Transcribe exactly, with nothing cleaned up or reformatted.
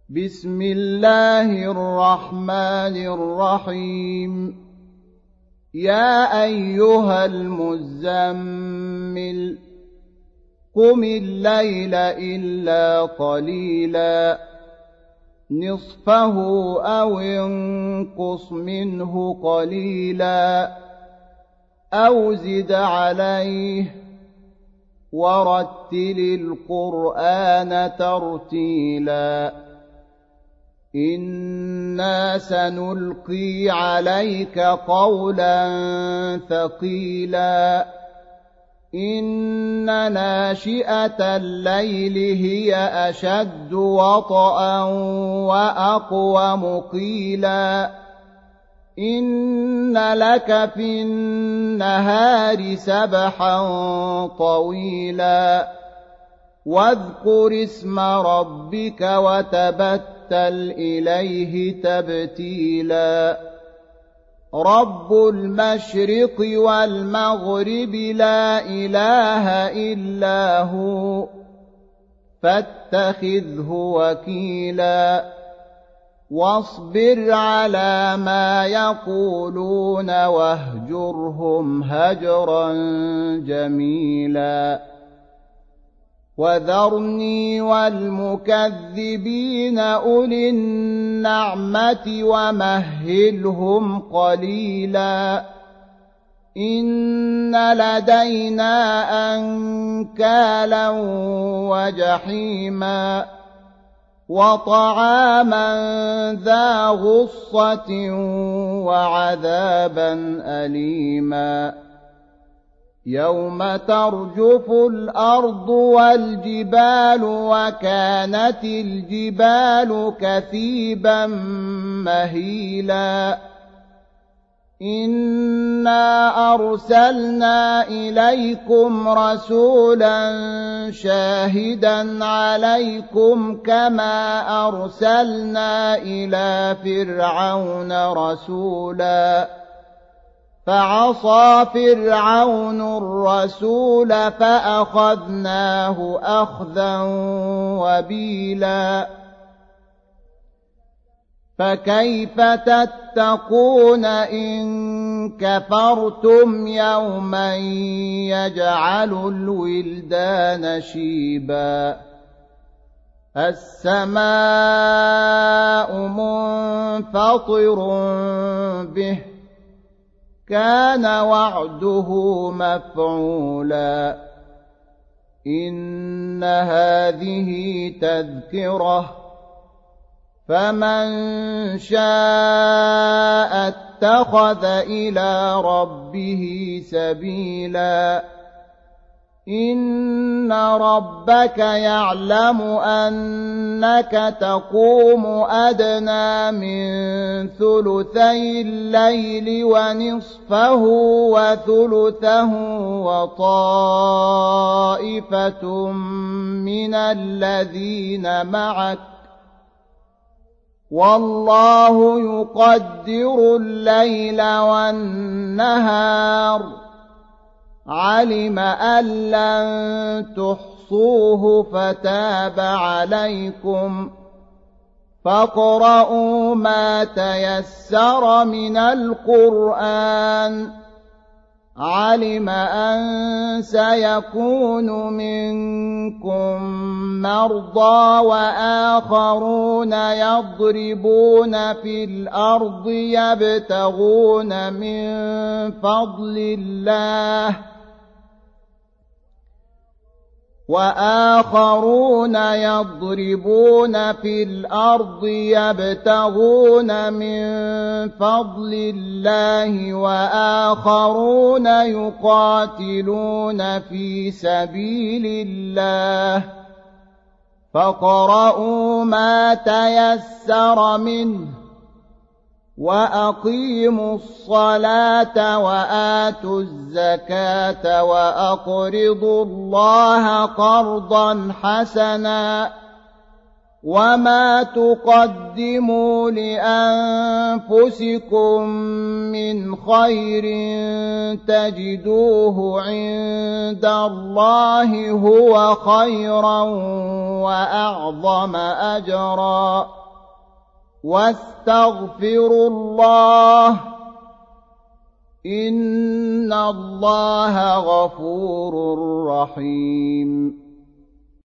بسم الله الرحمن الرحيم يا أيها المزمل قم الليل إلا قليلا نصفه أو انقص منه قليلا أو زد عليه ورتل القرآن ترتيلا إنا سنلقي عليك قولا ثقيلا إن ناشئة الليل هي أشد وطئا وأقوم قيلا إن لك في النهار سبحا طويلا واذكر اسم ربك وتبتل إليه تبتيلا رب المشرق والمغرب لا إله إلا هو فاتخذه وكيلا واصبر على ما يقولون واهجرهم هجرا جميلا وذرني والمكذبين أولي النعمة ومهلهم قليلا إن لدينا أنكالا وجحيما وطعاما ذا غصة وعذابا أليما يوم ترجف الأرض والجبال وكانت الجبال كثيبا مهيلا إنا أرسلنا إليكم رسولا شاهدا عليكم كما أرسلنا إلى فرعون رسولا فعصى فرعون الرسول فأخذناه أخذا وبيلا فكيف تتقون إن كفرتم يوما يجعل الولدان شيبا السماء منفطر به كان وعده مفعولا إن هذه تذكرة فمن شاء اتخذ إلى ربه سبيلا إن ربك يعلم أنك تقوم أدنى من ثلثي الليل ونصفه وثلثه وطائفة من الذين معك والله يقدر الليل والنهار علم أن لن تحصوه فتاب عليكم فاقرؤوا ما تيسر من القرآن علم أن سيكون منكم مرضى وآخرون يضربون في الأرض يبتغون من فضل الله وآخرون يضربون في الأرض يبتغون من فضل الله وآخرون يقاتلون في سبيل الله فاقرؤوا ما تيسر منه وأقيموا الصلاة وآتوا الزكاة وأقرضوا الله قرضا حسنا وما تقدموا لأنفسكم من خير تجدوه عند الله هو خيرا وأعظم أجرا واستغفروا الله إن الله غفور رحيم